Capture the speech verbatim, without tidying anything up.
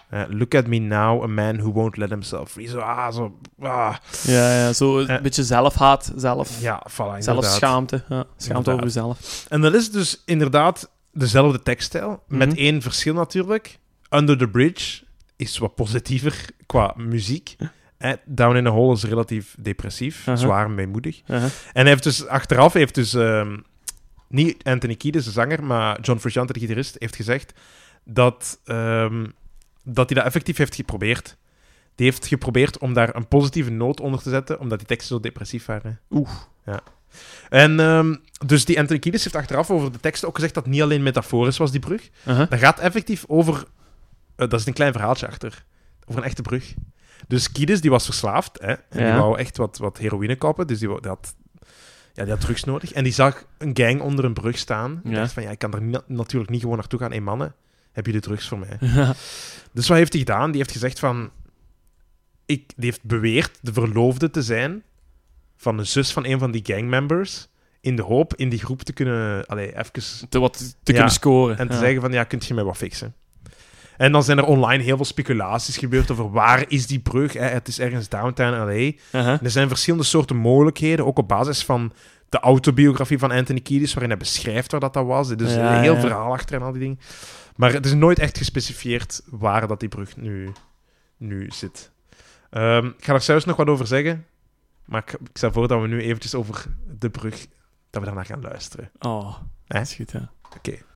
Uh, look at me now, a man who won't let himself free. Zo, ah, zo, ah. Ja, ja, zo een uh, beetje zelfhaat, zelf. Ja, voilà, zelfschaamte. Ja, schaamte over jezelf. En dat is dus inderdaad dezelfde tekststijl, mm-hmm. met één verschil natuurlijk. Under the Bridge is wat positiever qua muziek. Eh, Down in a Hole is relatief depressief, uh-huh. zwaar en weemoedig. Uh-huh. En hij heeft dus achteraf, heeft dus, um, niet Anthony Kiedis, de zanger, maar John Frusciante, de gitarist, heeft gezegd dat, um, dat hij dat effectief heeft geprobeerd. Die heeft geprobeerd om daar een positieve noot onder te zetten, omdat die teksten zo depressief waren. Oeh. Ja. En um, dus die Anthony Kiedis heeft achteraf over de teksten ook gezegd dat het niet alleen metaforisch was, die brug. Uh-huh. Dat gaat effectief over... Uh, dat is een klein verhaaltje achter. Over een echte brug. Dus Kiedis, die was verslaafd. Hè, en ja. die wou echt wat, wat heroïne kopen. Dus die, die, had, ja, die had drugs nodig. En die zag een gang onder een brug staan. En ja. dacht van, ja, ik kan er na- natuurlijk niet gewoon naartoe gaan. Hé, mannen, heb je de drugs voor mij? Ja. Dus wat heeft hij gedaan? Die heeft gezegd van... Ik, die heeft beweerd de verloofde te zijn van de zus van een van die gangmembers, in de hoop in die groep te kunnen... Allee, even... Te, wat te ja, kunnen scoren. En te ja. zeggen van, ja, kunt je mij wat fixen? En dan zijn er online heel veel speculaties gebeurd over waar is die brug. Hè? Het is ergens downtown L A. Uh-huh. Er zijn verschillende soorten mogelijkheden, ook op basis van de autobiografie van Anthony Kiedis, waarin hij beschrijft waar dat, dat was. Dus ja, een heel ja. verhaal achter en al die dingen. Maar het is nooit echt gespecifieerd waar dat die brug nu, nu zit. Um, ik ga er zelfs nog wat over zeggen, maar ik, ik stel voor dat we nu eventjes over de brug, dat we daarna gaan luisteren. Oh, dat is goed, hè. Oké. Okay.